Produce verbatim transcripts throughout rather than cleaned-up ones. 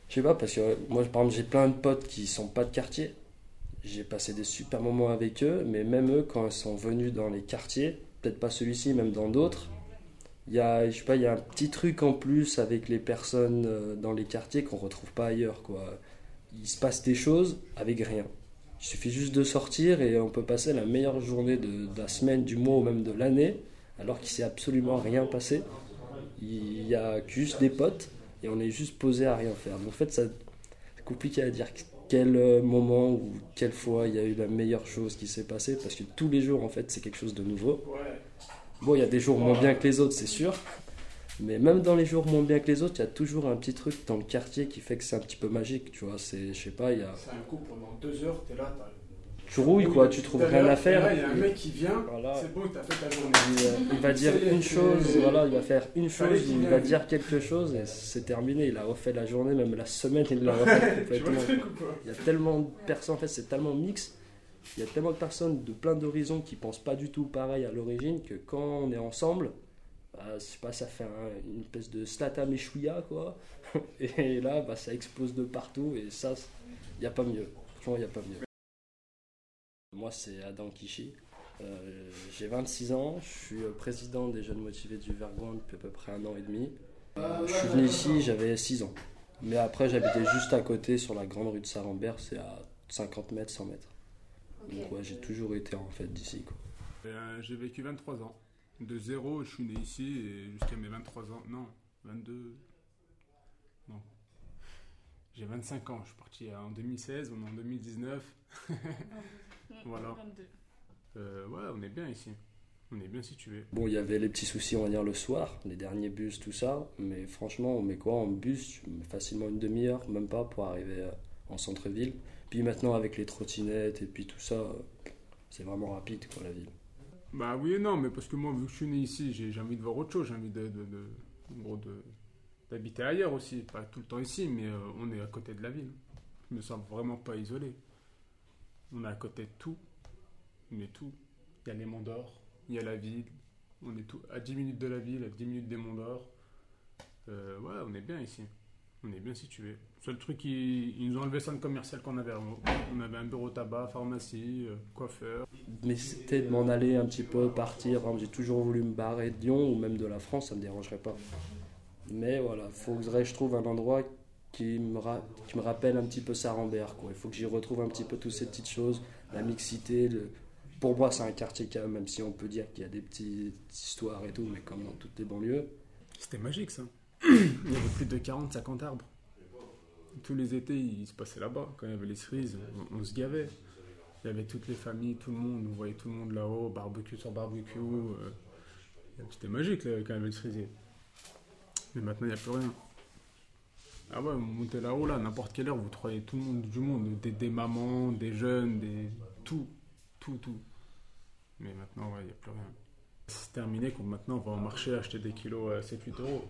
Je sais pas, parce que euh, moi, par exemple, j'ai plein de potes qui sont pas de quartier. J'ai passé des super moments avec eux, mais même eux, quand ils sont venus dans les quartiers, peut-être pas celui-ci, même dans d'autres, il y a, je sais pas, il y a un petit truc en plus avec les personnes euh, dans les quartiers qu'on retrouve pas ailleurs, quoi. Il se passe des choses avec rien. Il suffit juste de sortir et on peut passer la meilleure journée de, de la semaine, du mois ou même de l'année, alors qu'il s'est absolument rien passé. Il y a juste des potes et on est juste posé à rien faire. Donc en fait, ça, c'est compliqué à dire quel euh, moment ou quelle fois il y a eu la meilleure chose qui s'est passée, parce que tous les jours, en fait, c'est quelque chose de nouveau. Bon, il y a des jours moins bien que les autres, c'est sûr, mais même dans les jours moins bien que les autres, il y a toujours un petit truc dans le quartier qui fait que c'est un petit peu magique, tu vois. C'est, je sais pas, il y a... C'est un coup pendant deux heures, t'es là, t'as... Tu rouilles, quoi, tu trouves rien à faire. Là, il y a un mec qui vient, voilà. C'est bon, t'as fait ta journée. Il, euh, il va dire une chose, voilà, il va faire une chose, il va dire quelque chose et c'est terminé. Il a refait la journée, même la semaine, il l'a refait complètement. Il y a tellement de personnes, en fait, c'est tellement mix. Il y a tellement de personnes de plein d'horizons qui pensent pas du tout pareil à l'origine que quand on est ensemble, bah, je sais pas, ça fait un, une espèce de slata méchouilla, quoi. Et là, bah, ça explose de partout et ça, il n'y a pas mieux. Franchement, il n'y a pas mieux. Moi, c'est Adam Kishi. Euh, j'ai vingt-six ans, je suis président des Jeunes Motivés du Vergoin depuis à peu près un an et demi. Euh, je suis venu ici, j'avais six ans. Mais après, j'habitais juste à côté sur la grande rue de Saint-Lambert, c'est à cinquante mètres, cent mètres. Okay. Donc ouais, j'ai toujours été en fait d'ici, quoi. Euh, j'ai vécu vingt-trois ans. De zéro, je suis né ici et jusqu'à mes vingt-trois ans. Non, vingt-deux. Non. J'ai vingt-cinq ans. Je suis parti en deux mille seize, on est en deux mille dix-neuf. Voilà. Euh, ouais, on est bien ici. On est bien situé. Bon, il y avait les petits soucis, on va dire, le soir, les derniers bus, tout ça. Mais franchement, on met quoi en bus? Facilement une demi-heure, même pas, pour arriver en centre-ville. Puis maintenant, avec les trottinettes et puis tout ça, c'est vraiment rapide, quoi, la ville. Bah oui et non, mais parce que moi, vu que je suis né ici, j'ai, j'ai envie de voir autre chose. J'ai envie de, de, de, en gros de, d'habiter ailleurs aussi. Pas tout le temps ici, mais euh, on est à côté de la ville. Je me sens vraiment pas isolé. On est à côté de tout. Mais tout. Il y a les Monts d'Or, il y a la ville. On est tout, à dix minutes de la ville, à dix minutes des Monts d'Or. Euh, ouais, on est bien ici. On est bien situé. Seul truc, ils, ils nous ont enlevé le centre commercial qu'on avait avant. On avait un bureau tabac, pharmacie, euh, coiffeur. Mais c'était de m'en aller un petit peu, partir. J'ai toujours voulu me barrer de Lyon ou même de la France, ça ne me dérangerait pas. Mais voilà, il faudrait que je trouve un endroit qui me, ra- qui me rappelle un petit peu Saint-Lambert, quoi. Il faut que j'y retrouve un petit peu toutes ces petites choses, la mixité. Le... Pour moi, c'est un quartier quand même, même si on peut dire qu'il y a des petites histoires et tout, mais comme dans toutes les banlieues. C'était magique, ça. Il y avait plus de quarante à cinquante arbres. Tous les étés, ils se passaient là-bas. Quand il y avait les cerises, on, on se gavait. Il y avait toutes les familles, tout le monde. On voyait tout le monde là-haut, barbecue sur barbecue. Euh, c'était magique là, quand il y avait le cerisier. Mais maintenant, il n'y a plus rien. Ah ouais, vous montez là-haut, là, n'importe quelle heure, vous trouvez tout le monde du monde. Des, des mamans, des jeunes, des... tout. Tout, tout. Mais maintenant, ouais, il n'y a plus rien. C'est terminé, comme maintenant on va au marché acheter des kilos à sept huit euros.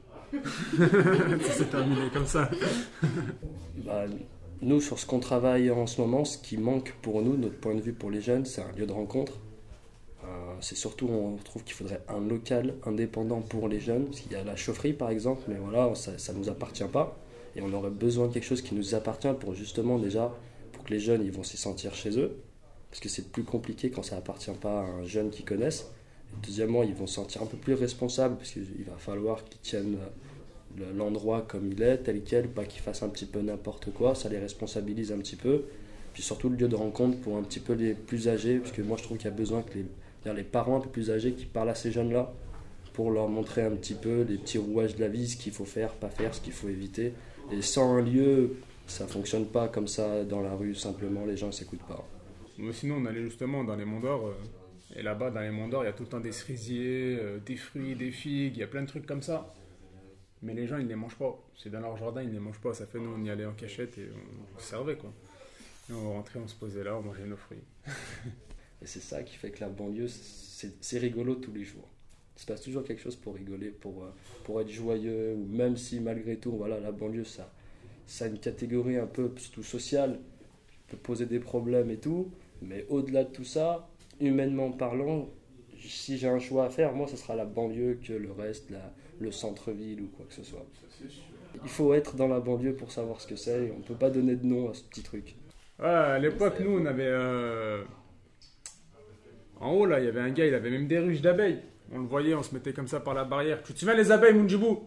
C'est terminé comme ça. Bah, nous, sur ce qu'on travaille en ce moment, ce qui manque pour nous, notre point de vue pour les jeunes, c'est un lieu de rencontre. Euh, c'est surtout, on trouve qu'il faudrait un local indépendant pour les jeunes. Parce qu'il y a la chaufferie par exemple, mais voilà, ça ne nous appartient pas. Et on aurait besoin de quelque chose qui nous appartient pour justement déjà, pour que les jeunes ils vont s'y sentir chez eux. Parce que c'est plus compliqué quand ça appartient pas à un jeune qu'ils connaissent. Et deuxièmement, ils vont se sentir un peu plus responsables parce qu'il va falloir qu'ils tiennent l'endroit comme il est, tel quel, pas qu'ils fassent un petit peu n'importe quoi. Ça les responsabilise un petit peu. Puis surtout le lieu de rencontre pour un petit peu les plus âgés, parce que moi je trouve qu'il y a besoin que les, les parents un peu plus âgés qui parlent à ces jeunes-là pour leur montrer un petit peu les petits rouages de la vie, ce qu'il faut faire, pas faire, ce qu'il faut éviter. Et sans un lieu, ça fonctionne pas comme ça dans la rue, simplement les gens ne s'écoutent pas. Mais sinon, on allait justement dans les Monts d'Or. Euh, et là-bas, dans les Monts d'Or, il y a tout le temps des cerisiers, euh, des fruits, des figues, il y a plein de trucs comme ça. Mais les gens, ils ne les mangent pas. C'est dans leur jardin, ils ne les mangent pas. Ça fait, nous, on y allait en cachette et on se servait, quoi. Et on rentrait, on se posait là, on mangeait nos fruits. Et c'est ça qui fait que la banlieue, c'est, c'est rigolo tous les jours. Il se passe toujours quelque chose pour rigoler, pour, pour être joyeux, ou même si malgré tout, voilà, la banlieue, ça, ça a une catégorie un peu surtout sociale, peut poser des problèmes et tout. Mais au-delà de tout ça, humainement parlant, si j'ai un choix à faire, moi, ce sera la banlieue que le reste, la, le centre-ville ou quoi que ce soit. Il faut être dans la banlieue pour savoir ce que c'est. Et on peut pas donner de nom à ce petit truc. Ouais, à l'époque, nous, on avait... euh, En haut, là, il y avait un gars, il avait même des ruches d'abeilles. On le voyait, on se mettait comme ça par la barrière. Tu te souviens les abeilles, Mounjibou?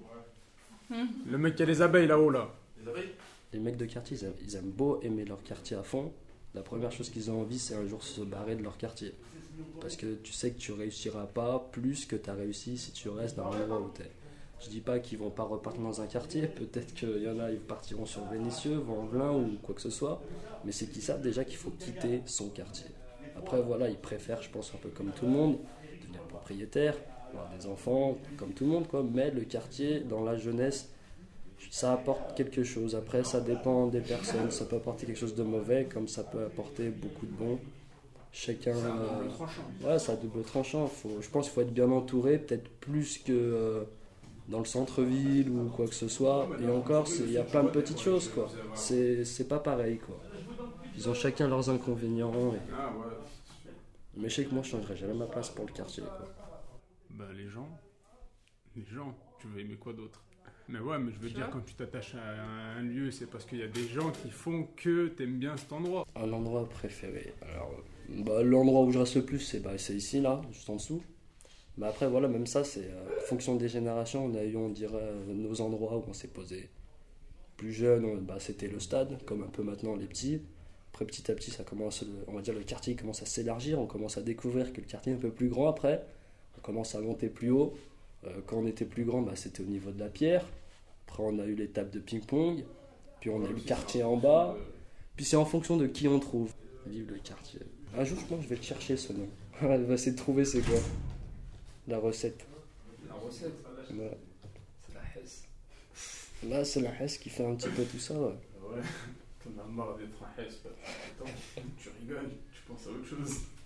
Le mec qui a les abeilles là-haut, là. Les abeilles? Les mecs de quartier, ils aiment, ils aiment beau aimer leur quartier à fond. La première chose qu'ils ont envie, c'est un jour se barrer de leur quartier. Parce que tu sais que tu réussiras pas plus que tu as réussi si tu restes dans l'endroit où tu es. Je dis pas qu'ils vont pas repartir dans un quartier, peut-être qu'il y en a, ils partiront sur Vénissieux, Vanvelin ou quoi que ce soit, mais c'est qu'ils savent déjà qu'il faut quitter son quartier. Après voilà, ils préfèrent, je pense un peu comme tout le monde, devenir propriétaire, avoir des enfants, comme tout le monde quoi, mais le quartier, dans la jeunesse, ça apporte quelque chose. Après ça dépend des personnes, ça peut apporter quelque chose de mauvais, comme ça peut apporter beaucoup de bon. Chacun... C'est un double euh, tranchant. Ouais, c'est un double tranchant. Faut, je pense qu'il faut être bien entouré, peut-être plus que euh, dans le centre-ville ou quoi que ce soit. Et encore, c'est- il y a plein de petites choses, quoi. C'est, c'est pas pareil, quoi. Ils ont chacun leurs inconvénients. et- Ah ouais. Mais je sais que moi, je changerais jamais ma place pour le quartier, quoi. Bah les gens, les gens, tu veux aimer quoi d'autre? Mais ouais, mais je veux dire, quand tu t'attaches à un lieu, c'est parce qu'il y a des gens qui font que t'aimes bien cet endroit. Un endroit préféré. Alors, euh, bah, l'endroit où je reste le plus, c'est, bah, c'est ici, là, juste en dessous. Mais après, voilà, même ça, c'est euh, en fonction des générations. On a eu, on dirait, euh, nos endroits où on s'est posé. Plus jeune, on- bah, c'était le stade, comme un peu maintenant les petits. Après, petit à petit, ça commence, le- on va dire, le quartier commence à s'élargir. On commence à découvrir que le quartier est un peu plus grand après. On commence à monter plus haut. Euh, quand on était plus grand, bah, c'était au niveau de la pierre. Après, on a eu les tables de ping-pong. Puis on a eu le quartier en bas. Puis c'est en fonction de qui on trouve. Vive le quartier. Un jour, je pense que je vais le chercher ce nom. On va essayer de trouver c'est quoi la recette. La recette, Ouais. c'est la hesse. Là, c'est la Hesse qui fait un petit peu tout ça. Ouais. Ouais, t'en as marre d'être un hesse. Attends, tu rigoles, tu penses à autre chose.